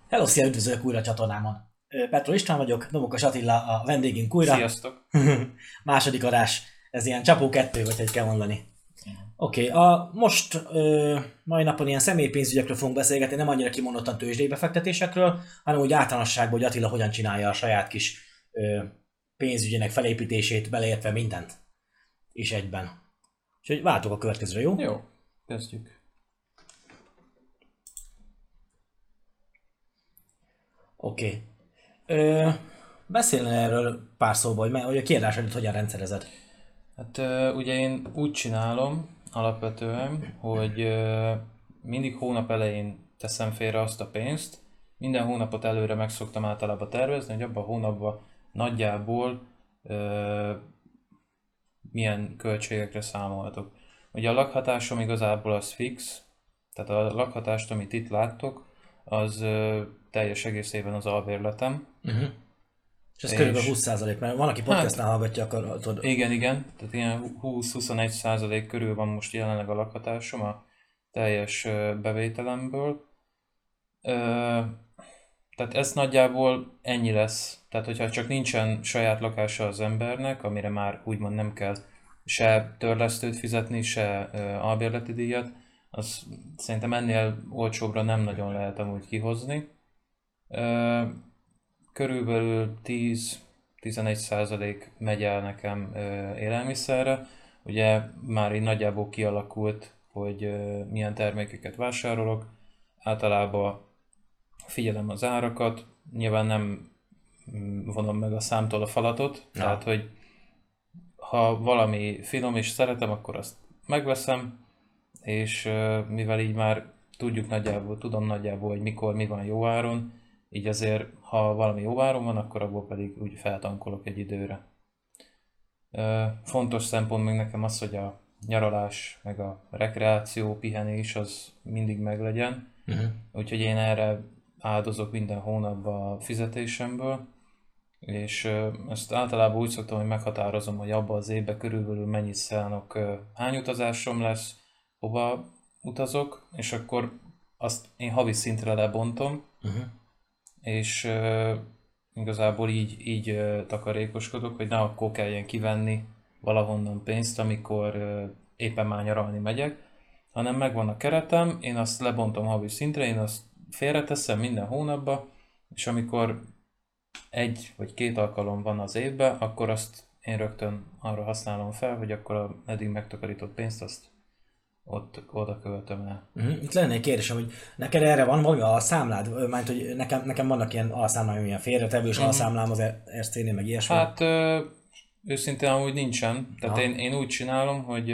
Hello, szia, üdvözlök újra a csatornámon. Petro István vagyok, Domokos Attila a vendégünk újra. Sziasztok! Második adás, ez ilyen csapó kettő, vagy hogy kell mondani. Oké, most mai napon ilyen személypénzügyekről fogunk beszélgetni, nem annyira kimondottan tőzsdébefektetésekről, hanem úgy általánosságban, hogy Attila hogyan csinálja a saját kis pénzügyének felépítését, beleértve mindent is egyben. Úgyhogy váltok a következőre, jó? Jó, kezdjük. Oké. Beszélne erről pár szóba, hogy a kiadás előtt hogyan rendszerezed. Hát ugye én úgy csinálom alapvetően, hogy mindig hónap elején teszem félre azt a pénzt. Minden hónapot előre meg szoktam általában tervezni, hogy abban a hónapban nagyjából milyen költségekre számolhatok. Ugye a lakhatásom igazából az fix, tehát a lakhatást, amit itt láttok, az teljes egészében az albérletem. És ez körülbelül És 20%, mert van, aki hát podcastnál hallgatja, akkor tudod. igen, tehát ilyen 20-21% körül van most jelenleg a lakhatásom a teljes bevételemből. Ö, Tehát ez nagyjából ennyi lesz. Tehát hogyha csak nincsen saját lakása az embernek, amire már úgymond nem kell se törlesztőt fizetni, se albérleti díjat, az szerintem ennél olcsóbbra nem nagyon lehet amúgy kihozni. Ö, Körülbelül 10-11% megy el nekem élelmiszerre. Ugye már így nagyjából kialakult, hogy milyen termékeket vásárolok. Általában figyelem az árakat, nyilván nem vonom meg a számtól a falatot, Ja. tehát hogy ha valami finom és szeretem, akkor azt megveszem, és mivel így már tudom nagyjából, hogy mikor mi van jó áron, így azért, ha valami jó áron van, akkor abból pedig úgy feltankolok egy időre. Fontos szempont még nekem az, hogy a nyaralás, meg a rekreáció, pihenés az mindig meglegyen. Úgyhogy én erre áldozok minden hónapban a fizetésemből, és ezt általában úgy szoktam, hogy meghatározom, hogy abban az évben körülbelül mennyit szánok, hány utazásom lesz, hova utazok, és akkor azt én havi szintre lebontom, és igazából így takarékoskodok, hogy ne akkor kelljen kivenni valahonnan pénzt, amikor éppen már nyaralni megyek, hanem megvan a keretem, én azt lebontom havi szintre, én azt félreteszem minden hónapba, és amikor egy vagy két alkalom van az évben, akkor azt én rögtön arra használom fel, hogy akkor a eddig megtakarított pénzt azt ott oda költöm el. Itt lenne egy kérdésem, hogy neked erre van valami alszámlád? Mert hogy nekem vannak ilyen alszámláim, ilyen félretevős alszámlám az RC-nél, meg ilyesmi. Hát őszintén amúgy nincsen. Tehát Aha. én úgy csinálom, hogy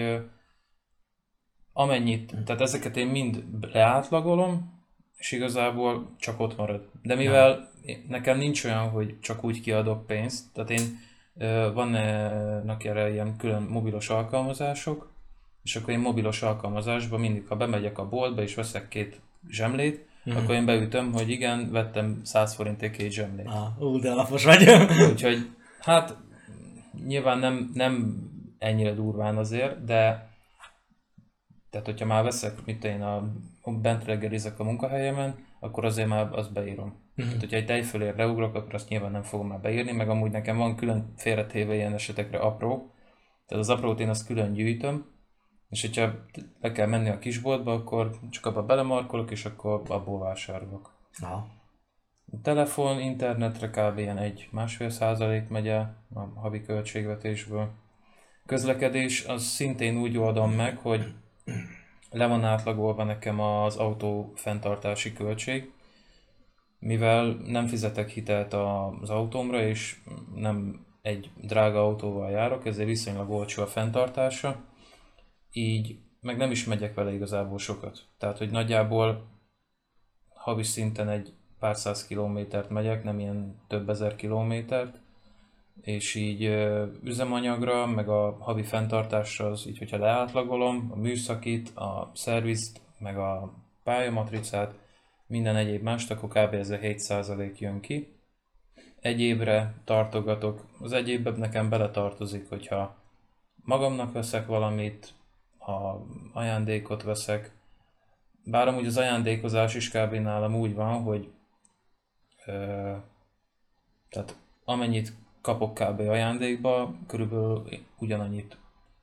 amennyit, tehát ezeket én mind leátlagolom, és igazából csak ott marad. De mivel nekem nincs olyan, hogy csak úgy kiadok pénzt, tehát én vannak erre ilyen külön mobilos alkalmazások, és akkor én mobilos alkalmazásban mindig, ha bemegyek a boltba és veszek két zsemlét, akkor én beütöm, hogy igen, vettem 100 forintért két zsemlét. De alapos vagy. Úgyhogy hát nyilván nem ennyire durván azért, de tehát hogyha már veszek, mit én bent reggelizek a munkahelyemen, akkor azért már azt beírom. Tehát hogyha egy tejfölért leugrok, akkor azt nyilván nem fogom már beírni, meg amúgy nekem van külön félretéve ilyen esetekre apró, tehát az aprót én azt külön gyűjtöm, és hogyha le kell menni a kisboltba, akkor csak abba belemarkolok, és akkor abból vásárolok. Aha. A telefon, internetre kb. Ilyen 1-1,5% megy el a havi költségvetésből. Közlekedés, az szintén úgy oldom meg, hogy le van átlagolva nekem az autó fenntartási költség, mivel nem fizetek hitelt az autómra, és nem egy drága autóval járok, ezért viszonylag olcsó a fenntartása, így meg nem is megyek vele igazából sokat. Tehát, hogy nagyjából havi szinten egy pár száz kilométert megyek, nem ilyen több ezer kilométert, és így üzemanyagra, meg a havi fenntartásra az így, hogyha leátlagolom, a műszakit, a szervizt, meg a pályamatricát, minden egyéb mást, akkor kb. Ez a 7% jön ki. Egyébre tartogatok. Az egyébben nekem beletartozik, hogyha magamnak veszek valamit, ha ajándékot veszek, bár amúgy az ajándékozás is kb. Nálam úgy van, hogy tehát amennyit kapok kb. Ajándékba, körülbelül ugyanannyit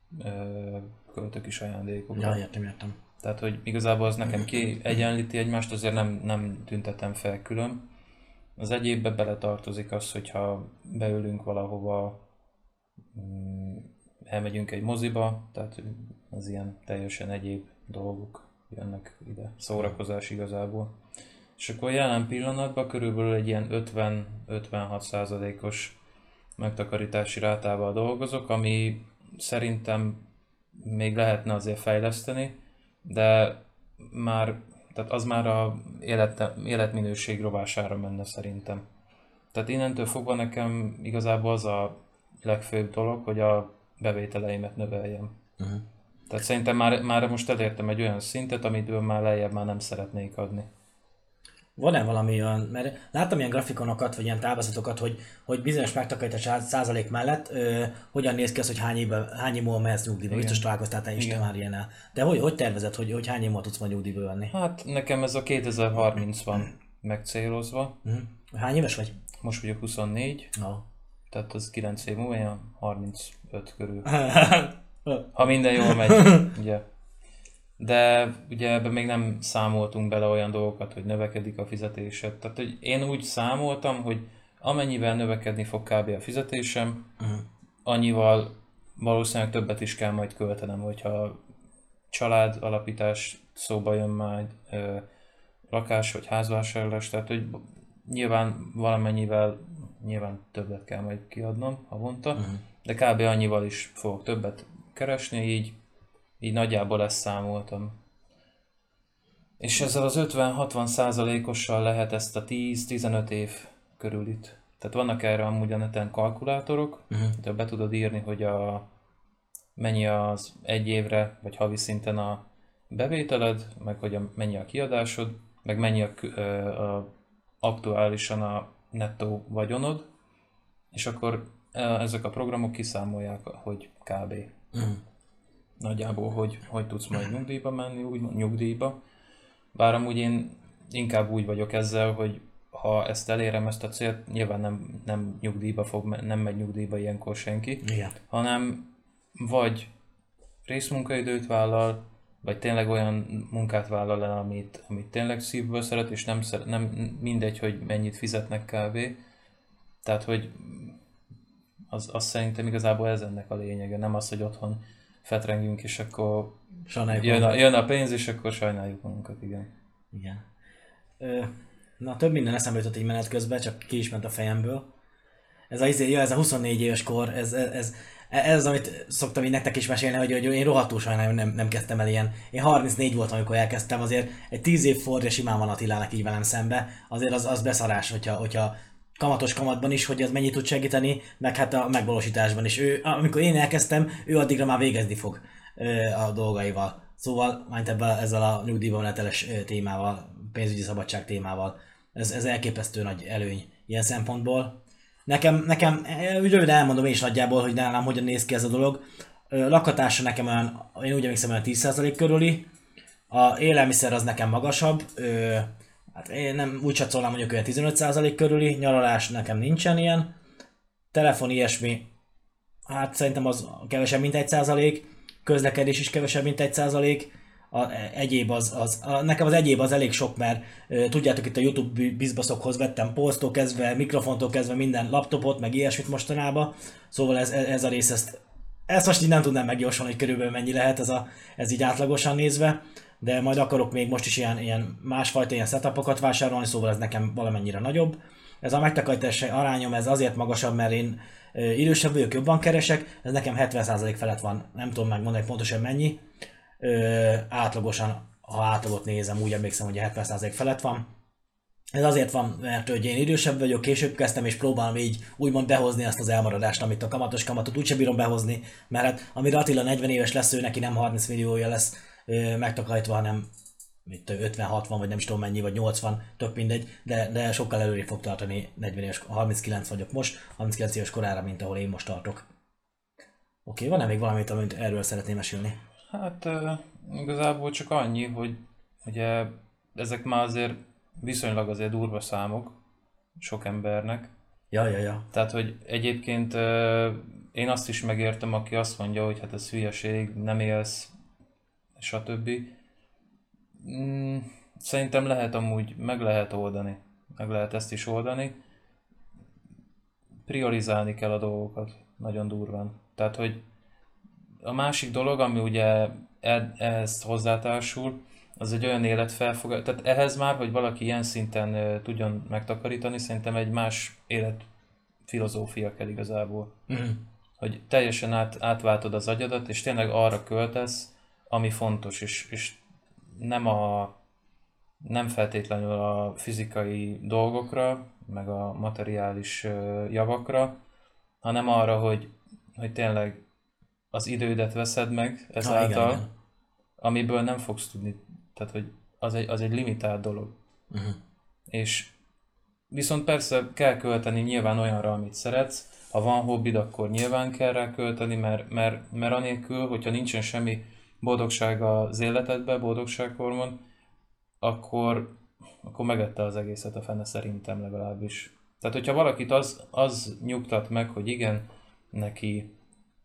költök is ajándékokra. Ja, értem. Tehát, hogy igazából az nekem kiegyenlíti egymást, azért nem tüntetem fel külön. Az egyébbe beletartozik az, hogyha beülünk valahova, elmegyünk egy moziba, tehát az ilyen teljesen egyéb dolgok jönnek ide, szórakozás igazából. És akkor jelen pillanatban körülbelül egy ilyen 50-56%-os megtakarítási rátával dolgozok, ami szerintem még lehetne azért fejleszteni, de tehát az már a életminőség rovására menne szerintem. Tehát innentől fogva nekem igazából az a legfőbb dolog, hogy a bevételeimet növeljem. Tehát szerintem már most elértem egy olyan szintet, amitől már lejjebb már nem szeretnék adni. Van-e valami olyan, mert láttam ilyen grafikonokat, vagy ilyen táblázatokat, hogy bizonyos megtakarítás százalék mellett hogyan néz ki az, hogy hány év múlva mehetsz nyugdíjba. Biztos találkoztál te is te már ilyennel. De hogy tervezed, hogy hány év múlva tudsz majd nyugdíjba venni? Hát nekem ez a 2030 van megcélozva. Hány éves vagy? Most vagyok 24, No. tehát az 9 év múlva, ilyen 35 körül. Ha minden jól megy, ugye. De ugye ebben még nem számoltunk bele olyan dolgokat, hogy növekedik a fizetésed. Tehát hogy én úgy számoltam, hogy amennyivel növekedni fog kb. A fizetésem, annyival valószínűleg többet is kell majd költenem, hogyha család alapítás szóba jön majd, lakás vagy házvásárlás, tehát hogy nyilván valamennyivel többet kell majd kiadnom havonta, de kb. Annyival is fogok többet keresni, így nagyjából ezt számoltam. És ezzel az 50-60%-ossal lehet ezt a 10-15 év körülit. Tehát vannak erre amúgy a neten kalkulátorok, de be tudod írni, hogy mennyi az egy évre, vagy havi szinten a bevételed, meg hogy mennyi a kiadásod, meg mennyi aktuálisan a nettó vagyonod, és akkor ezek a programok kiszámolják, hogy kb. Nagyjából, hogy tudsz majd nyugdíjba menni, úgymond nyugdíjba. Bár amúgy én inkább úgy vagyok ezzel, hogy ha ezt elérem, ezt a célt, nyilván nem megy nyugdíjba ilyenkor senki, Igen. hanem vagy részmunkaidőt vállal, vagy tényleg olyan munkát vállal el, amit tényleg szívből szeret, és nem mindegy, hogy mennyit fizetnek kb. Tehát, hogy az szerintem igazából ez ennek a lényege, nem az, hogy otthon fetrengünk, és akkor jön a pénz, és akkor sajnáljuk magunkat, igen. Igen. Na, több minden eszembe jutott egy menet közben, csak ki is ment a fejemből. Ez a 24 éves kor, ez az, amit szoktam így nektek is mesélni, hogy én rohadtul sajnálom, nem kezdtem el ilyen. Én 34 voltam, amikor elkezdtem, azért egy 10 év fordja simán van Attilának így velem szembe, azért az beszarás, hogyha kamatos kamatban is, hogy az mennyit tud segíteni, meg hát a megvalósításban is. Amikor én elkezdtem, ő addigra már végezni fog a dolgaival. Szóval, majd ezzel a nyugdíjba meneteles témával, pénzügyi szabadság témával, ez elképesztő nagy előny ilyen szempontból. Nekem röviden elmondom én is nagyjából, hogy nálam hogyan néz ki ez a dolog. Lakhatása nekem olyan, én úgy emlékszem, olyan 10% körüli. A élelmiszer az nekem magasabb. Hát én nem úgy satszolnám, mondjuk olyan 15% körüli. Nyaralás nekem nincsen ilyen. Telefon, ilyesmi. Hát szerintem az kevesebb, mint 1%. Közlekedés is kevesebb, mint 1%. Nekem az egyéb az elég sok, mert tudjátok, itt a YouTube bizbaszokhoz vettem posztól kezdve, mikrofontól kezdve minden laptopot, meg ilyesmit mostanában. Szóval ez a rész, ezt most így nem tudnám megjósolni, hogy körülbelül mennyi lehet ez így átlagosan nézve. De majd akarok még most is ilyen másfajta ilyen setupokat vásárolni, szóval ez nekem valamennyire nagyobb. Ez a megtakarítási arányom ez azért magasabb, mert én idősebb vagyok, jobban keresek, ez nekem 70% felett van, nem tudom megmondani pontosan mennyi. Átlagosan, ha átlagot nézem, úgy emlékszem, hogy 70% felett van. Ez azért van, mert hogy én idősebb vagyok, később kezdtem, és próbálom így úgymond behozni ezt az elmaradást, amit a kamatos kamatot úgysem bírom behozni, mert hát amire Attila 40 éves lesz, ő neki nem 30 milliója lesz megtakarítva, hanem 50-60 vagy nem is tudom mennyi, vagy 80, tök mindegy, de sokkal előrébb fog tartani 40 éves, 39 vagyok most, 39 éves korára, mint ahol én most tartok. Oké, van-e még valamit, amit erről szeretném mesélni? Hát igazából csak annyi, hogy ugye ezek már azért viszonylag azért durva számok, sok embernek. Ja. Tehát, hogy egyébként én azt is megértem, aki azt mondja, hogy hát ez hülyeség, nem élsz, stb. Szerintem lehet amúgy, meg lehet oldani. Meg lehet ezt is oldani. Priorizálni kell a dolgokat, nagyon durván. Tehát, hogy a másik dolog, ami ugye ehhez hozzátársul, az egy olyan életfelfogás, tehát ehhez már, hogy valaki ilyen szinten tudjon megtakarítani, szerintem egy más életfilozófia kell igazából. Hogy teljesen átváltod az agyadat, és tényleg arra költesz, ami fontos, és nem nem feltétlenül a fizikai dolgokra, meg a materiális javakra, hanem arra, hogy tényleg az idődet veszed meg ezáltal, Igen. amiből nem fogsz tudni, tehát hogy az egy limitált dolog. És viszont persze kell költeni nyilván olyanra, amit szeretsz, ha van hobbid, akkor nyilván kell rá költeni, mert anélkül, hogyha nincsen semmi boldogság az életedben, boldogsághormon, akkor megette az egészet a fene, szerintem legalábbis. Tehát, hogyha valakit az nyugtat meg, hogy igen, neki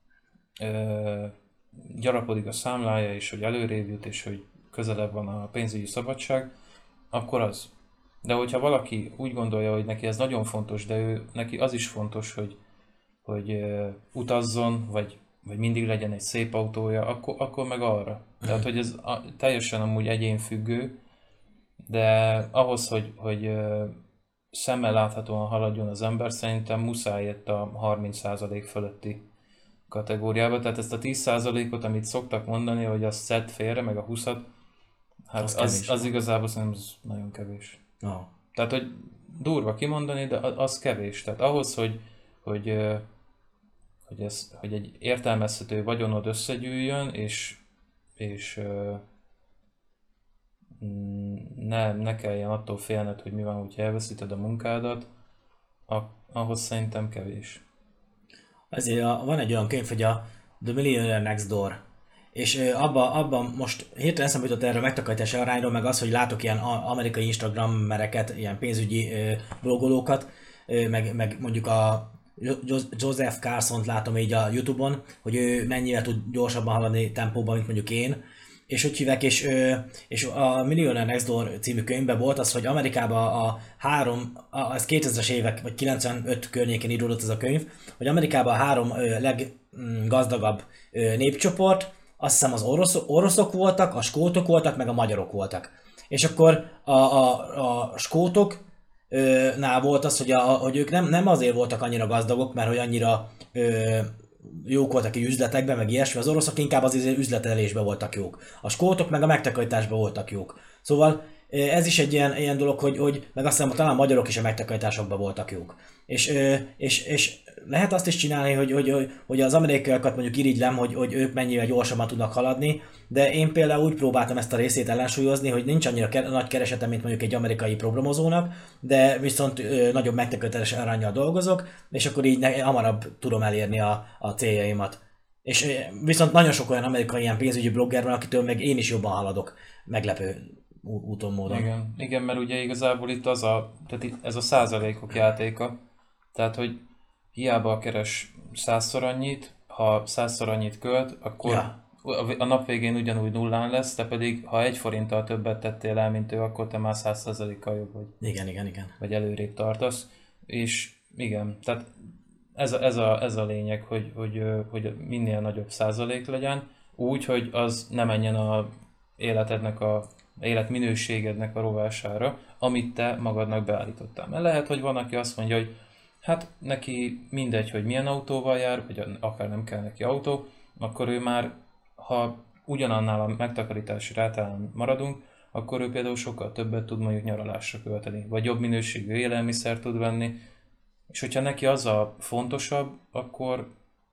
gyarapodik a számlája, és hogy előrébb jut, és hogy közelebb van a pénzügyi szabadság, akkor az. De hogyha valaki úgy gondolja, hogy neki ez nagyon fontos, de neki az is fontos, hogy utazzon, vagy mindig legyen egy szép autója, akkor meg arra. Tehát, hogy ez teljesen amúgy egyénfüggő, de ahhoz, hogy szemmel láthatóan haladjon az ember, szerintem muszáj itt a 30% fölötti kategóriába. Tehát ezt a 10%-ot, amit szoktak mondani, hogy azt szedd félre, meg a 20-at, hát az igazából szerintem az nagyon kevés. No. Tehát, hogy durva kimondani, de az kevés. Tehát ahhoz, hogy egy értelmezhető vagyonod összegyűjjön, és ne kelljen attól félned, hogy mi van, hogyha elveszíted a munkádat, ahhoz szerintem kevés. Ezért van egy olyan könyv, hogy a The Millionaire Next Door. És abban most hirtelen eszembe jutott erre a megtakarítási arányról, meg az, hogy látok ilyen amerikai instagrammereket, ilyen pénzügyi blogolókat, meg mondjuk a Joseph Carson-t látom így a Youtube-on, hogy ő mennyire tud gyorsabban haladni tempóban, mint mondjuk én. És úgy hívek, és a Millionaire Next Door című könyvben volt az, hogy Amerikában ez 2000-es évek, vagy 95 környékén íródott ez a könyv, hogy Amerikában a 3 leggazdagabb népcsoport, azt hiszem az oroszok voltak, a skótok voltak, meg a magyarok voltak. És akkor a skótoknál volt az, hogy ők nem azért voltak annyira gazdagok, mert hogy annyira jók voltak így üzletekben, meg ilyesmi, az oroszok inkább azért üzletelésben voltak jók. A skótok meg a megtakarításban voltak jók. Szóval ez is egy ilyen dolog, hogy meg azt hiszem, talán a magyarok is a megtakarításokban voltak jók. És lehet azt is csinálni, hogy az amerikaiakat mondjuk irigylem, hogy ők mennyivel gyorsabban tudnak haladni, de én például úgy próbáltam ezt a részét ellensúlyozni, hogy nincs annyira nagy keresetem, mint mondjuk egy amerikai programozónak, de viszont nagyobb megtakarítás aránnyal dolgozok, és akkor így hamarabb tudom elérni a céljaimat. És viszont nagyon sok olyan amerikai ilyen pénzügyi blogger van, akitől meg én is jobban haladok, meglepő úton, módon. Igen, mert ugye igazából itt tehát ez a százalékok játéka, tehát hogy hiába keres 100-szor annyit, ha 100-szor annyit költ, akkor a nap végén ugyanúgy nullán lesz, te pedig ha 1 forinttal többet tettél el, mint ő, akkor te már 100%-kal jobb vagy. Igen. Vagy előrébb tartasz. És igen, tehát ez a lényeg, hogy minél nagyobb százalék legyen, úgy, hogy az ne menjen a életminőségednek a rovására, amit te magadnak beállítottál. Mert lehet, hogy van, aki azt mondja, hogy hát neki mindegy, hogy milyen autóval jár, vagy akár nem kell neki autó, akkor ő már, ha ugyanannál a megtakarítási rátán maradunk, akkor ő például sokkal többet tud mondjuk nyaralásra költeni, vagy jobb minőségű élelmiszer tud venni, és hogyha neki az a fontosabb, akkor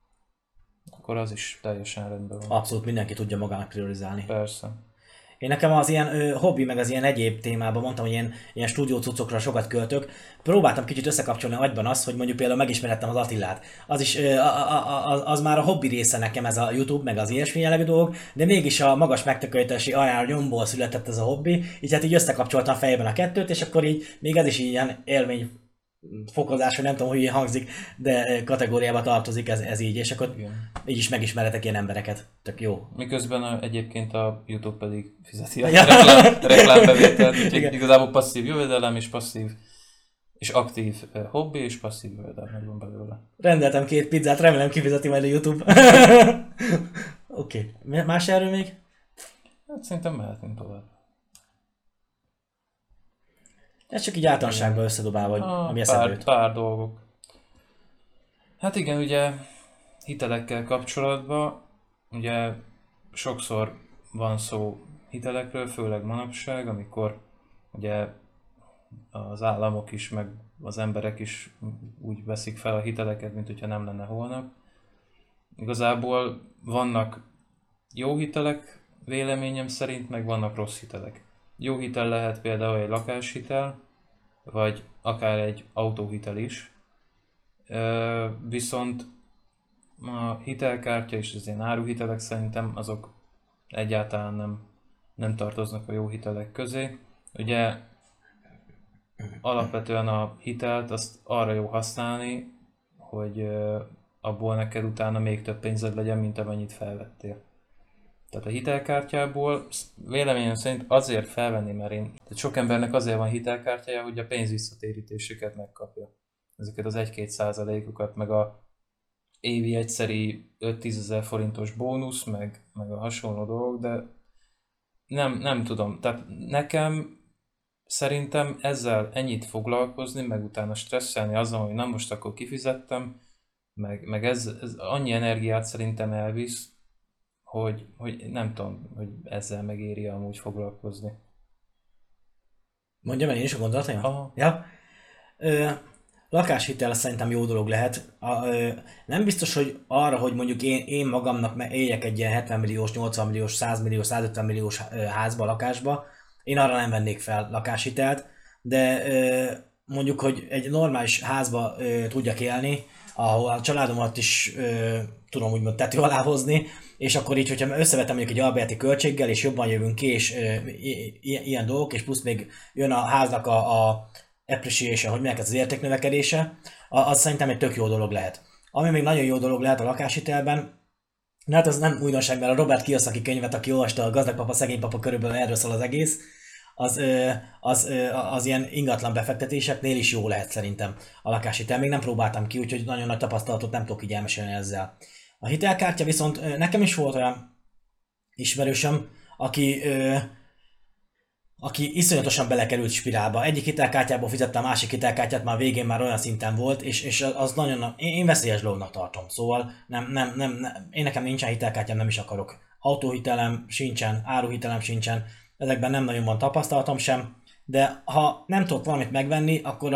az is teljesen rendben van. Abszolút mindenki tudja magának priorizálni. Persze. Én nekem az ilyen hobbi, meg az ilyen egyéb témában mondtam, hogy ilyen stúdiócuccokra sokat költök. Próbáltam kicsit összekapcsolni agyban azt, hogy mondjuk például megismerhettem az Attilát. Az is, az már a hobbi része nekem ez a YouTube, meg az ilyesmi jellegű dolgok, de mégis a magas megtakarítási nyomból született ez a hobbi, így hát így összekapcsoltam fejében a kettőt, és akkor így még ez is ilyen élmény fokozás, vagy nem tudom, hogy ilyen hangzik, de kategóriába tartozik ez így, és akkor Igen. így is megismeretek ilyen embereket. Tök jó. Miközben egyébként a YouTube pedig fizeti a Ja. reklámbevételt, úgyhogy Igen. igazából passzív jövedelem és passzív és aktív hobbi és passzív jövedelem van belőle. Rendeltem 2 pizzát, remélem kifizeti majd a YouTube. Oké. Más erről még? Hát szerintem mehetünk tovább. Ez csak így általánosságban összedobál, vagy ami eszembe jut. Pár dolgok. Hát igen, ugye hitelekkel kapcsolatban, ugye sokszor van szó hitelekről, főleg manapság, amikor ugye az államok is, meg az emberek is úgy veszik fel a hiteleket, mint hogyha nem lenne holnap. Igazából vannak jó hitelek, véleményem szerint, meg vannak rossz hitelek. Jó hitel lehet például egy lakáshitel, vagy akár egy autóhitel is. Viszont a hitelkártya és az ilyen áruhitelek szerintem azok egyáltalán nem tartoznak a jó hitelek közé. Ugye alapvetően a hitelt azt arra jó használni, hogy abból neked utána még több pénzed legyen, mint amennyit felvettél. Tehát a hitelkártyából véleményem szerint azért felvenni, mert tehát sok embernek azért van hitelkártyája, hogy a pénzvisszatérítéseket megkapja. Ezeket az 1-2%-okat, meg a évi egyszeri 5-10 ezer forintos bónusz, meg a hasonló dolgok, de nem tudom. Tehát nekem szerintem ezzel ennyit foglalkozni, meg utána stresszelni azon, hogy nem most akkor kifizettem, meg ez annyi energiát szerintem elvisz, hogy nem tudom, hogy ezzel megéri amúgy foglalkozni. Mondjam el én is a gondolataimat? Aha. Ja. Lakáshitel szerintem jó dolog lehet. Nem biztos, hogy arra, hogy mondjuk én magamnak éljek egy ilyen 70 milliós, 80 milliós, 100 milliós, 150 milliós házba, lakásba, én arra nem vennék fel lakáshitelt, de mondjuk, hogy egy normális házba tudjak élni, ahol a családomat is tudom úgymond tető alá hozni, és akkor így, hogyha összevetem mondjuk egy alberti költséggel, és jobban jövünk ki, és ilyen dolgok, és plusz még jön a háznak a appreciation, hogy milyen az értéknövekedése, az szerintem egy tök jó dolog lehet. Ami még nagyon jó dolog lehet a lakáshitelben, hát az nem újdonság, mert a Robert Kiyosaki könyvet, aki olvasta a Gazdag Papa, Szegény Papa, körülbelül erről szól az egész, az ilyen ingatlan befektetéseknél is jó lehet szerintem a lakáshitel. Még nem próbáltam ki, úgyhogy nagyon nagy tapasztalatot nem tudok így elmesélni ezzel. A hitelkártya viszont nekem is volt olyan ismerősöm, aki iszonyatosan belekerült spirálba. Egyik hitelkártyából fizette a másik hitelkártyát, már végén már olyan szinten volt, és az nagyon, én veszélyes dolognak tartom. Szóval én nekem nincsen hitelkártyám, nem is akarok. Autóhitelem sincsen, áruhitelem sincsen, ezekben nem nagyon van tapasztalatom sem, de ha nem tudok valamit megvenni, akkor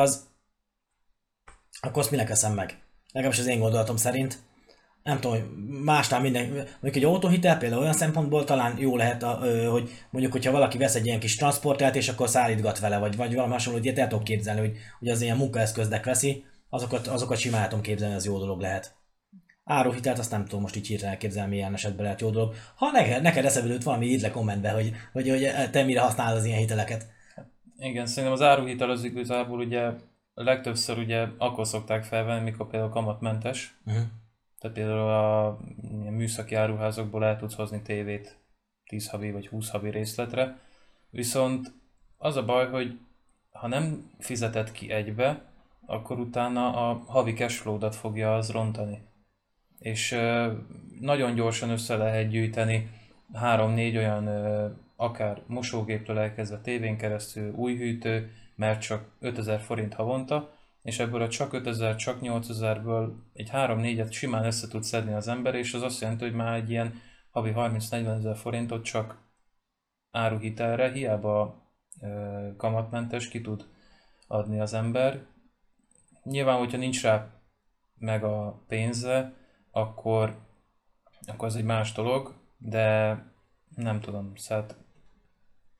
azt minek veszem meg? Legalábbis az én gondolatom szerint. Nem tudom, hogy másnál mondjuk egy autóhitel például olyan szempontból talán jó lehet, hogy mondjuk, hogyha valaki vesz egy ilyen kis transportert, és akkor szállítgat vele, vagy valami hasonló, ilyet el tudok képzelni, hogy az ilyen munkaeszköznek veszi, azokat simán el tudom képzelni, az jó dolog lehet. Áruhitelt azt nem tudom most így hirtelen elképzelni, milyen esetben lehet jó dolog. Ha neked eszedbe jut valami, írd le kommentbe, hogy te mire használod az ilyen hiteleket. Igen, szerintem az áruhitel az igazából ugye legtöbbször ugye akkor szokták felvenni, mikor például kamatmentes. Tehát például a műszaki áruházakból el tudsz hozni tévét 10 havi vagy 20 havi részletre. Viszont az a baj, hogy ha nem fizeted ki egybe, akkor utána a havi cashflow-dat fogja az rontani. És nagyon gyorsan össze lehet gyűjteni 3-4 olyan akár mosógéptől elkezdve tévén keresztül új hűtő, mert csak 5000 forint havonta, és ebből a csak 5000, csak 8000-ből egy 3-4-et simán össze tud szedni az ember, és az azt jelenti, hogy már egy ilyen havi 30-40 ezer forintot csak áruhitelre, hiába kamatmentes ki tud adni az ember. Nyilván, hogyha nincs rá meg a pénze, akkor az egy más dolog, de nem tudom, szóval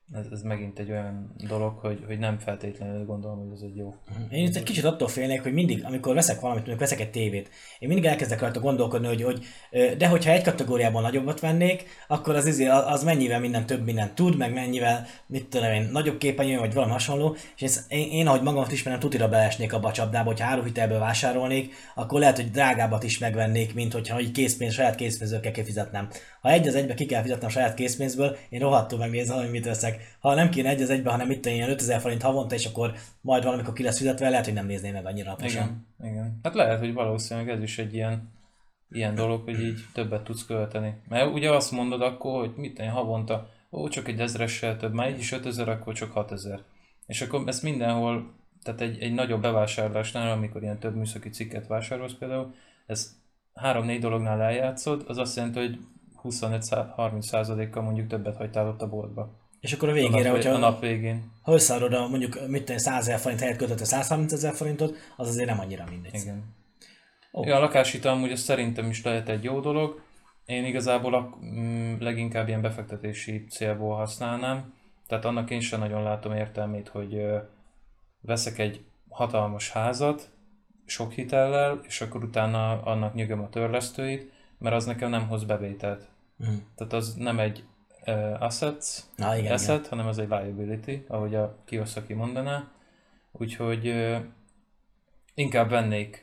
ez megint egy olyan dolog, hogy nem feltétlenül gondolom, hogy ez egy jó. Én itt egy kicsit attól félnék, hogy mindig, amikor veszek valamit, mondjuk veszek egy tévét, én mindig elkezdek rajta gondolkodni, hogy de hogyha egy kategóriában nagyobbat vennék, akkor az mennyivel minden több mindent tud, meg mennyivel, mit tudom én, nagyobb képernyő, vagy valami hasonló, és én ahogy magamat ismerem, tutira beleesnék abba a csapdába, hogyha áruhitelből vásárolnék, akkor lehet, hogy drágábbat is megvennék, mint hogyha így saját készpénzből kell kifizetnem. Ha egy az egybe ki kell fizetnem saját készpénzből, én rohadtul megnézem, hogy mit veszek. Ha nem kéne egy az egybe, hanem itt ilyen 5000 forint havonta, és akkor majd valamikor ki lesz fizetve, lehet, hogy nem nézném meg annyira naposan. Igen. Hát lehet, hogy valószínűleg ez is egy ilyen dolog, hogy így többet tudsz költeni. Mert ugye azt mondod akkor, hogy mit tenni havonta, csak egy ezressel több, már így is 5000, akkor csak 6000. És akkor ezt mindenhol, tehát egy nagyobb bevásárlásnál, amikor ilyen több műszaki cikket vásárolsz például, ez 3-4 dolognál eljátszod, az azt jelenti, hogy 25-30%-kal mondjuk többet hagytál ott a boltba. És akkor a végére, hogyha a nap végén. Ha összeadod a mondjuk 100 000 forint helyett költötte 130 000 forintot, az azért nem annyira mindegy. Igen. Ja, a lakáshitel amúgy ez szerintem is lehet egy jó dolog. Én igazából leginkább ilyen befektetési célból használnám. Tehát annak én sem nagyon látom értelmét, hogy veszek egy hatalmas házat, sok hitellel, és akkor utána annak nyögöm a törlesztőit, mert az nekem nem hoz bevételt. Tehát az nem egy asset, hanem az egy liability, ahogy a Kiyosaki mondaná. Úgyhogy inkább vennék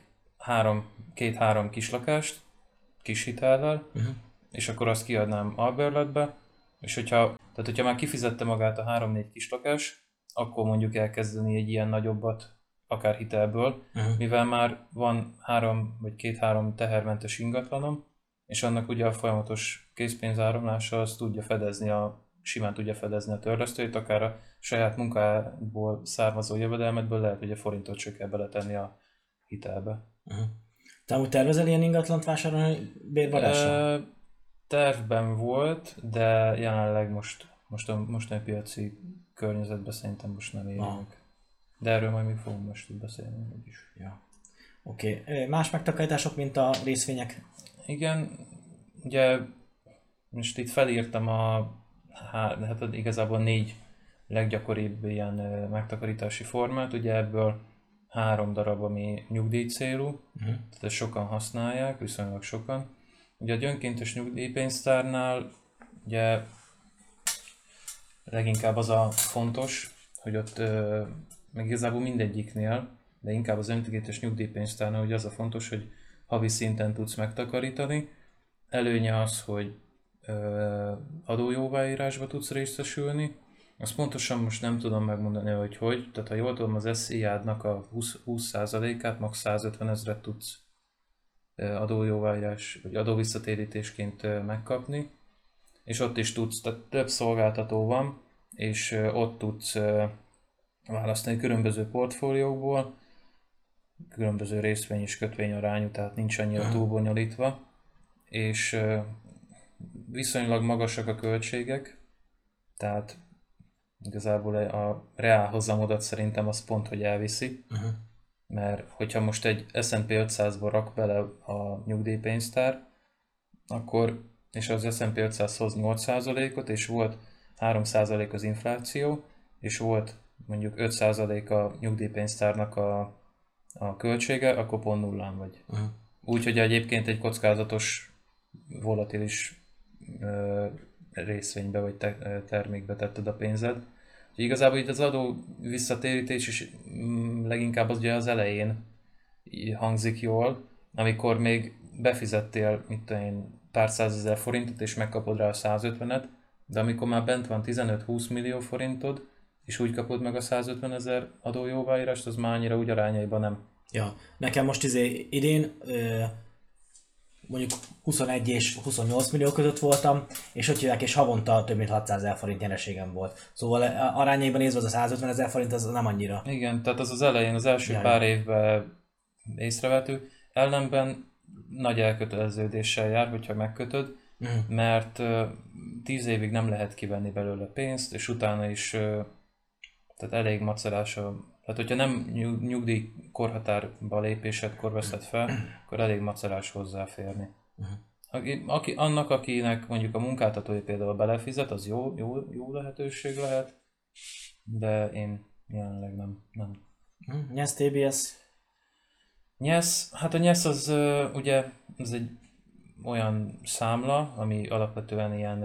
2-3 kis lakást, kis hitellel, és akkor azt kiadnám albérletbe, és hogyha már kifizette magát a 3-4 kis lakás, akkor mondjuk elkezdeni egy ilyen nagyobbat, akár hitelből, mivel már van 2-3 tehermentes ingatlanom, és annak ugye a folyamatos készpénzáramlása az simán tudja fedezni a törlesztőit, akár a saját munkából származó jövedelmedből lehet, hogy a forintot se kell beletenni a hitelbe. Te amúgy tervezel ilyen ingatlant vásárolni bérbarásra? Tervben volt, de jelenleg most a piaci környezetben szerintem most nem élünk. De erről majd még fogunk most itt beszélni is. Ja. Oké. Más megtakarítások, mint a részvények? Igen, ugye most itt felírtam hát igazából 4 leggyakoribb ilyen megtakarítási formát, ugye ebből 3 darab, ami nyugdíj célú, tehát ezt sokan használják, viszonylag sokan. Ugye a önkéntes nyugdíjpénztárnál ugye leginkább az a fontos, hogy ott meg igazából mindegyiknél, de inkább az önkéntes nyugdíjpénztárnál ugye az a fontos, hogy havi szinten tudsz megtakarítani. Előnye az, hogy adójóváírásba tudsz részesülni. Azt pontosan most nem tudom megmondani, hogy. Tehát ha jól tudom, az SZIA-nak a 20%-át, max. 150 000 tudsz adójóváírás vagy adóvisszatérítésként megkapni. És ott is tudsz, tehát több szolgáltató van, és ott tudsz választani különböző portfóliókból, különböző részvény és kötvény arányú, tehát nincs annyira túlbonyolítva, és viszonylag magasak a költségek, tehát igazából a reál hozamodat szerintem az pont, hogy elviszi, mert hogyha most egy S&P 500-ba rak bele a nyugdíjpénztár, akkor, és az S&P 500 hoz 8%-ot, és volt 3% az infláció, és volt mondjuk 5% a nyugdíjpénztárnak a költsége, akkor pont nullán vagy. Úgyhogy egyébként egy kockázatos, volatilis részvénybe vagy termékbe tetted a pénzed. Úgyhogy igazából itt az adó visszatérítés is leginkább ugye az elején hangzik jól, amikor még befizettél pár 100 000 forintot és megkapod rá a 150-et, de amikor már bent van 15-20 millió forintod, és úgy kapod meg a 150 000 adójóváírást, az már annyira úgy arányaiban nem. Ja, nekem most idén mondjuk 21 és 28 millió között voltam, és hogy hívják, és havonta több mint 600 000 forint nyereségem volt. Szóval arányaiban nézve az a 150 000 forint az nem annyira. Igen, tehát az elején, az első pár évben észrevető, ellenben nagy elköteleződéssel jár, hogyha megkötöd, mert 10 évig nem lehet kivenni belőle pénzt, és utána is tehát elég macerás tehát hogyha nem nyugdíj korhatárba lépésedkor veszed fel, akkor elég macerás hozzáférni. Akinek mondjuk a munkáltatója például belefizet, az jó lehetőség lehet, de én jelenleg nem. Nyesz, TBS. Nyesz, hát a nyesz az ugye ez egy olyan számla, ami alapvetően ilyen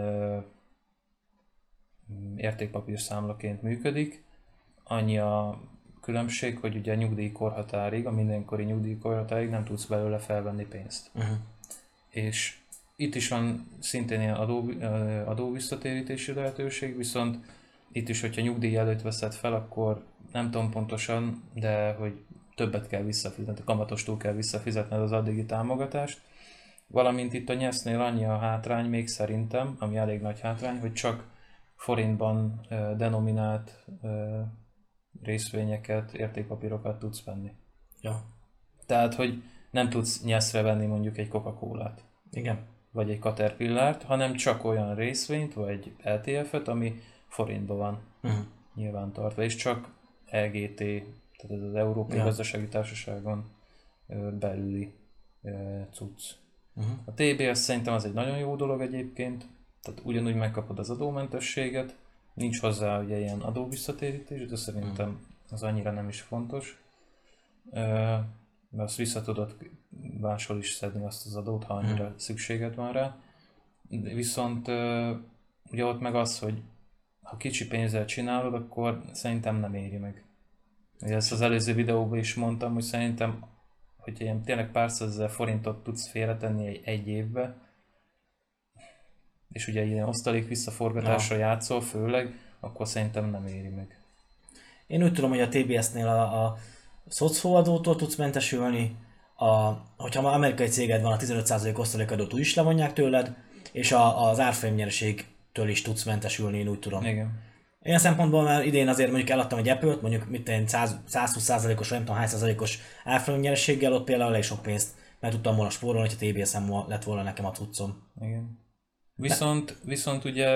értékpapír számlaként működik. Annyi a különbség, hogy ugye a nyugdíjkorhatárig, a mindenkori nyugdíjkorhatárig nem tudsz belőle felvenni pénzt. És itt is van szintén ilyen adóvisszatérítési lehetőség, viszont itt is, hogyha nyugdíj előtt veszed fel, akkor nem tudom pontosan, de hogy többet kell visszafizetni, kamatostól kell visszafizetned az addigi támogatást. Valamint itt a nyesznél annyi a hátrány még szerintem, ami elég nagy hátrány, hogy csak forintban denominált részvényeket, értékpapírokat tudsz venni. Ja. Tehát, hogy nem tudsz nyeszre venni mondjuk egy Coca-Colát. Igen. Vagy egy Caterpillart, hanem csak olyan részvényt, vagy ETF-et, ami forintban van nyilván tartva, és csak EGT, tehát ez az Európai Gazdasági Társaságon belüli cucc. A TBS szerintem az egy nagyon jó dolog egyébként, tehát ugyanúgy megkapod az adómentességet, nincs hozzá ugye ilyen adóvisszatérítés, de szerintem az annyira nem is fontos. Mert azt vissza tudod máshol is szedni azt az adót, ha annyira szükséged van rá. Viszont ugye ott meg az, hogy ha kicsi pénzzel csinálod, akkor szerintem nem éri meg. Ugye ezt az előző videóban is mondtam, hogy szerintem, hogy ilyen tényleg pár százezer forintot tudsz félretenni egy évbe, és ugye ilyen osztalék visszaforgatásra játszol főleg, akkor szerintem nem éri meg. Én úgy tudom, hogy a TBS-nél a szocóadótól tudsz mentesülni, hogyha már amerikai céged van, a 15% osztalékadót úgy is levonják tőled, és az árfolyamnyereségtől is tudsz mentesülni, én úgy tudom. Igen. Ilyen szempontból már idén azért mondjuk eladtam egy Apple-t, mondjuk 120%-os, vagy nem tudom hány százalékos árfolyamnyerességgel, ott például elég sok pénzt meg tudtam volna spórolni, hogyha TBS-en lett volna nekem a cuccom. Igen. Viszont ugye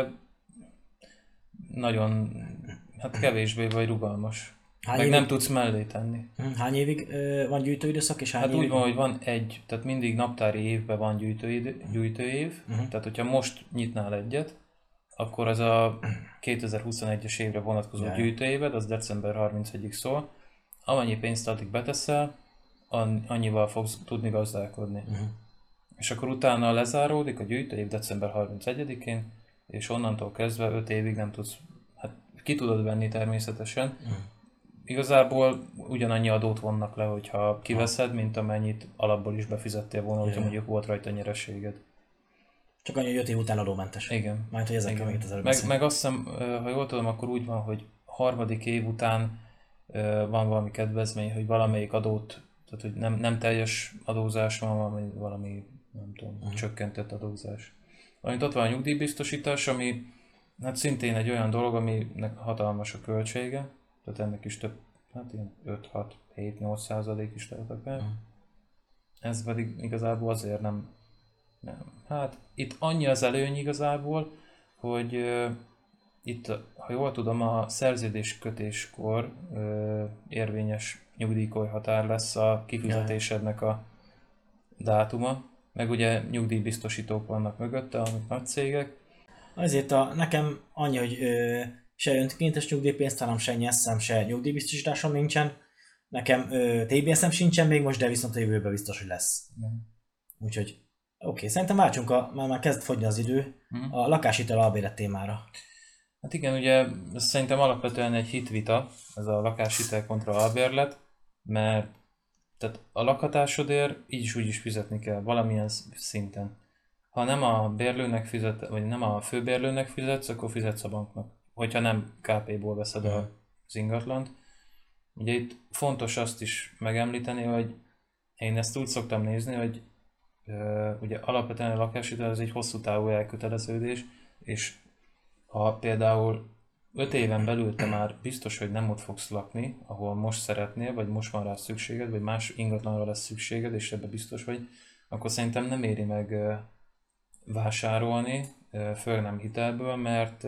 nagyon, hát kevésbé vagy rugalmas. Nem tudsz mellé tenni. Hány évig van gyűjtőidőszak, és hány Hát évig? úgy van, hogy van tehát mindig naptári évben van gyűjtőév, tehát hogyha most nyitnál egyet, akkor az a 2021-es évre vonatkozó gyűjtőéved, az december 31-ig szól. Amennyi pénzt addig beteszel, annyival fogsz tudni gazdálkodni. És akkor utána lezáródik a gyűjtőév december 31-én, és onnantól kezdve 5 évig nem tudsz, hát ki tudod venni természetesen. Igazából ugyanannyi adót vonnak le, hogyha kiveszed, mint amennyit alapból is befizettél volna, hogyha mondjuk volt rajta nyereséged. Csak annyi, hogy 5 év után adómentes. Igen. Majd, hogy ezekkel még az előbb meg azt hiszem, ha jól tudom, akkor úgy van, hogy harmadik év után van valami kedvezmény, hogy valamelyik adót, tehát hogy nem teljes adózás van, valami nem tudom, csökkentett adózás. Valamint ott van a nyugdíjbiztosítás, ami hát szintén egy olyan dolog, aminek hatalmas a költsége, tehát ennek is több, hát ilyen 5-6-7-8% is lehet akár. Ez pedig igazából azért nem. Hát itt annyi az előny igazából, hogy itt, ha jól tudom, a szerződéskötéskor érvényes nyugdíjkorhatár lesz a kifizetésednek a dátuma, meg ugye nyugdíjbiztosítók vannak mögötte, amik nagy cégek. Azért nekem annyi, hogy se önkéntes nyugdíjpénztáram, se nyeszem, se nyugdíjbiztosításom nincsen. Nekem TBS-em sincsen még most, de viszont a jövőben biztos, hogy lesz. Úgyhogy oké, szerintem váltsunk, már kezd fogyni az idő, a lakáshitel albérlet témára. Hát igen, ugye ez szerintem alapvetően egy hitvita, ez a lakáshitel kontra albérlet, mert tehát a lakhatásodért így is úgy is fizetni kell valamilyen szinten. Ha nem a bérlőnek fizet, vagy nem a főbérlőnek fizetsz, akkor fizetsz a banknak. Hogyha nem KP-ból veszed az ingatlant. Ugye itt fontos azt is megemlíteni, hogy én ezt úgy szoktam nézni, hogy ugye alapvetően a lakáshitel ez egy hosszú távú elköteleződés, és ha például 5 éven belül te már biztos, hogy nem ott fogsz lakni, ahol most szeretnél, vagy most van rá szükséged, vagy más ingatlanra lesz szükséged, és ebbe biztos vagy, akkor szerintem nem éri meg vásárolni, főleg nem hitelből, mert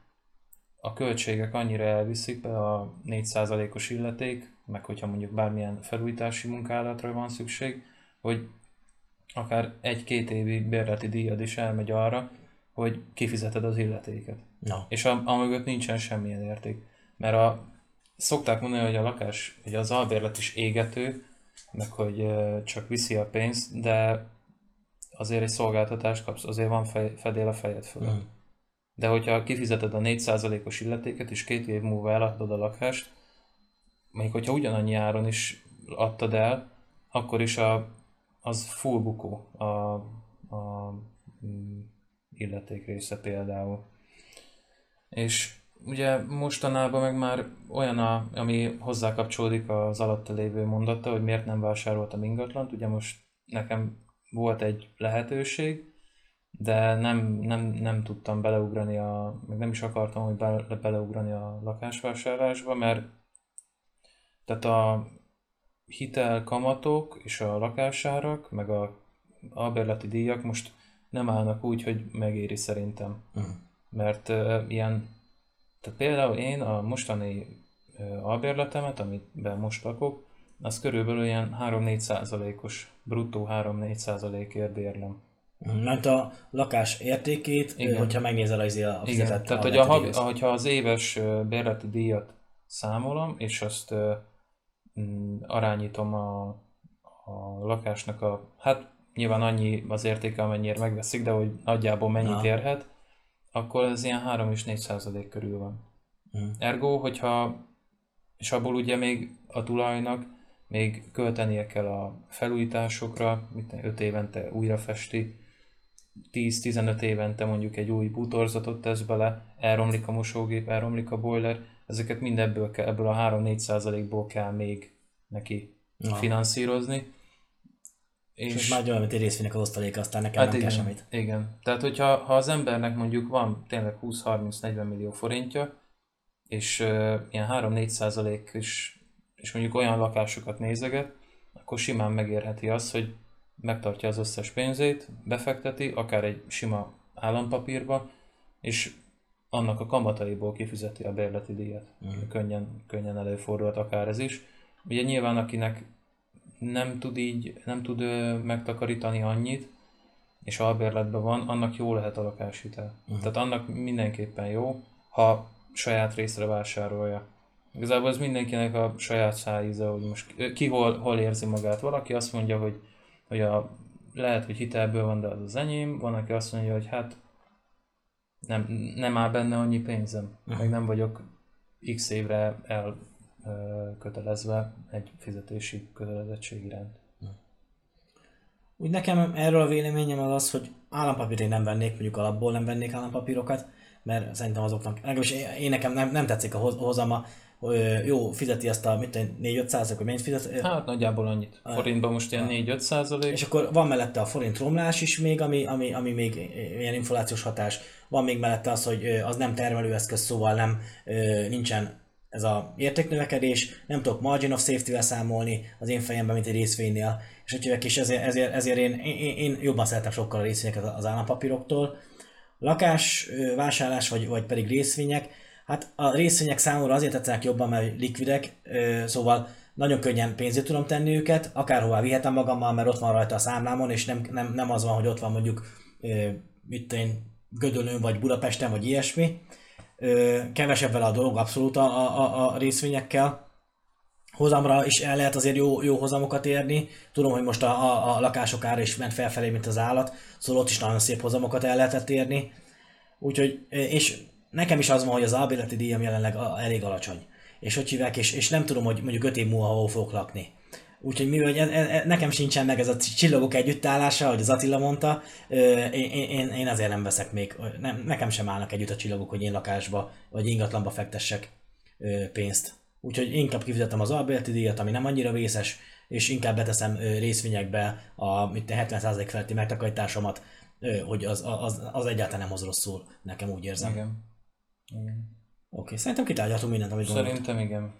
a költségek annyira elviszik be a 4%-os illeték, meg hogyha mondjuk bármilyen felújítási munkálatra van szükség, hogy akár 1-2 évi bérleti díjad is elmegy arra, hogy kifizeted az illetéket. No. És mögött nincsen semmilyen érték. mert szokták mondani, hogy a lakás, hogy az albérlet is égető, meg hogy csak viszi a pénzt, de azért egy szolgáltatást kapsz, azért van fedél a fejed fölött. De hogyha kifizeted a 4%-os illetéket, és 2 év múlva eladod a lakást, még hogyha ugyanannyi áron is adtad el, akkor is az full bukó a illeték része például. És ugye mostanában meg már olyan, ami hozzá kapcsolódik az alatta lévő mondatta, hogy miért nem vásároltam ingatlant. Ugye most nekem volt egy lehetőség, de nem tudtam beleugrani, meg nem is akartam, hogy beleugrani a lakásvásárlásba, mert tehát a hitelkamatok és a lakásárak, meg a albérleti díjak most nem állnak úgy, hogy megéri szerintem. Mert tehát például én a mostani albérletemet, amiben most lakok, az körülbelül ilyen 3-4%-os, bruttó 3-4%-ért bérlem. Mert a lakás értékét, Igen. hogyha megnézel a fizetett Tehát, hogy hogyha az éves bérleti díjat számolom, és azt arányítom a lakásnak hát nyilván annyi az értéke, amennyire megveszik, de hogy nagyjából mennyit érhet, akkor ez ilyen 3 és 4% körül van. Ergo, és abból ugye még a tulajnak még költenie kell a felújításokra, 5 évente újra festi, 10-15 évente mondjuk egy új bútorzatot tesz bele, elromlik a mosógép, elromlik a boiler, ezeket mind ebből a 3-4%-ból kell még neki finanszírozni. És már olyan, mint egy részvénynek az osztaléka, aztán nekem nem kell semmit. Igen. Tehát, hogyha az embernek mondjuk van tényleg 20-30-40 millió forintja, és ilyen 3-4% és mondjuk olyan lakásokat nézeget, akkor simán megérheti azt, hogy megtartja az összes pénzét, befekteti, akár egy sima állampapírba, és annak a kamataiból kifizeti a bérleti díjat. Könnyen előfordulhat akár ez is. Ugye nyilván akinek nem tud megtakarítani annyit, és albérletben van, annak jó lehet a lakáshitel. Tehát annak mindenképpen jó, ha saját részre vásárolja. Igazából ez mindenkinek a saját szájíze, hogy most ki hol érzi magát. Valaki azt mondja, hogy lehet, hogy hitelből van, de az enyém. Van, aki azt mondja, hogy hát nem áll benne annyi pénzem, meg nem vagyok x évre elkötelezve egy fizetési kötelezettség iránt. Úgy nekem erről a véleményem az, hogy állampapírt nem vennék, mondjuk alapból nem vennék állampapírokat, mert szerintem azoknak, legalábbis én nekem nem tetszik a hozama, jó, fizeti azt a 4-5%, hogy mennyit fizet? Hát nagyjából annyit. Forintban most ilyen 4-5%. És akkor van mellette a forint romlás is még, ami még ilyen inflációs hatás. Van még mellette az, hogy az nem termelőeszköz, szóval nincsen ez a értéknövekedés, nem tudok margin of safety-vel számolni az én fejemben, mint egy részvénynél. És ezért én jobban szeretem sokkal a részvényeket az állampapíroktól. Lakás, vásárlás vagy pedig részvények. Hát a részvények számomra azért tetszenek jobban, mert likvidek, szóval nagyon könnyen pénzét tudom tenni őket, akárhová vihetem magammal, mert ott van rajta a számlámon, és nem az van, hogy ott van mondjuk Gödöllőn, vagy Budapesten, vagy ilyesmi. Kevesebb vele a dolog abszolút a részvényekkel. Hozamra is el lehet azért jó hozamokat érni. Tudom, hogy most a lakások ára is ment felfelé, mint az állat, szóval ott is nagyon szép hozamokat el lehetett érni. Úgyhogy, és nekem is az van, hogy az albérleti díjam jelenleg elég alacsony. És hogy hívják, és nem tudom, hogy mondjuk 5 év múlva hol fogok lakni. Úgyhogy mivel nekem sincsen meg ez a csillagok együttállása, ahogy az Attila mondta, én azért nem veszek még, nekem sem állnak együtt a csillagok, hogy én lakásba vagy ingatlanba fektessek pénzt. Úgyhogy inkább kifizetem az albérleti díjat, ami nem annyira vészes, és inkább beteszem részvényekbe a 70% feletti megtakarításomat, hogy az egyáltalán nem hoz rosszul, nekem úgy érzem. Igen. Oké, szerintem kitárgyaltunk mindent, amit gondolt. Szerintem igen.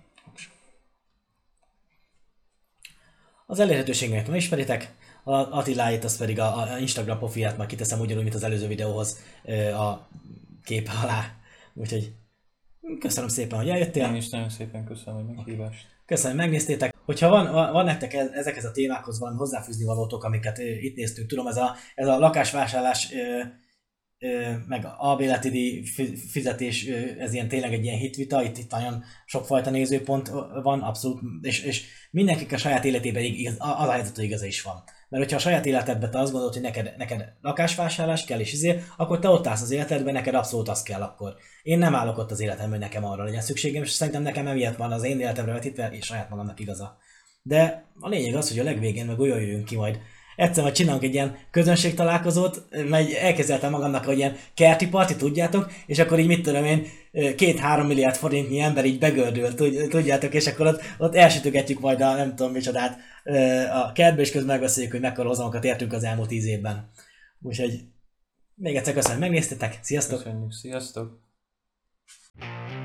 Az elérhetőségeket nem ismeritek, Attiláit, az pedig a Instagram profilját majd kiteszem ugyanúgy, mint az előző videóhoz a kép alá. Úgyhogy köszönöm szépen, hogy eljöttél. Én is nagyon szépen köszönöm a meghívást. Köszönöm, hogy megnéztétek. Hogyha van nektek ezekhez a témákhoz valami hozzáfűzni valótok, amiket itt néztünk, tudom, ez a lakásvásárlás meg a béleti díj fizetés, ez ilyen tényleg egy ilyen hitvita, itt nagyon sokfajta nézőpont van, abszolút, és mindenkinek a saját életében az a helyzet, hogy igaza is van. Mert hogyha a saját életedben te azt gondolod, hogy neked lakásvásárlás kell, és akkor te ott állsz az életedben, neked abszolút az kell akkor. Én nem állok ott az életemben, hogy nekem arra legyen szükségem, és szerintem nekem emiatt van az én életemre vetítve, és saját magamnak igaza. De a lényeg az, hogy a legvégén meg olyan jöjjünk ki majd. Egyszer majd csinálunk egy ilyen közönségtalálkozót, mert elképzeltem magamnak, hogy ilyen kerti parti, tudjátok, és akkor így mit tudom én, 2-3 milliárd forintnyi ember így begördül, tudjátok, és akkor ott elsütögetjük majd a nem tudom micsodát a kertbe, és közben megbeszéljük, hogy mekkora hozamakat értünk az elmúlt 10 évben. Úgyhogy még egyszer köszönöm, hogy megnéztetek, sziasztok! Köszönjük, sziasztok!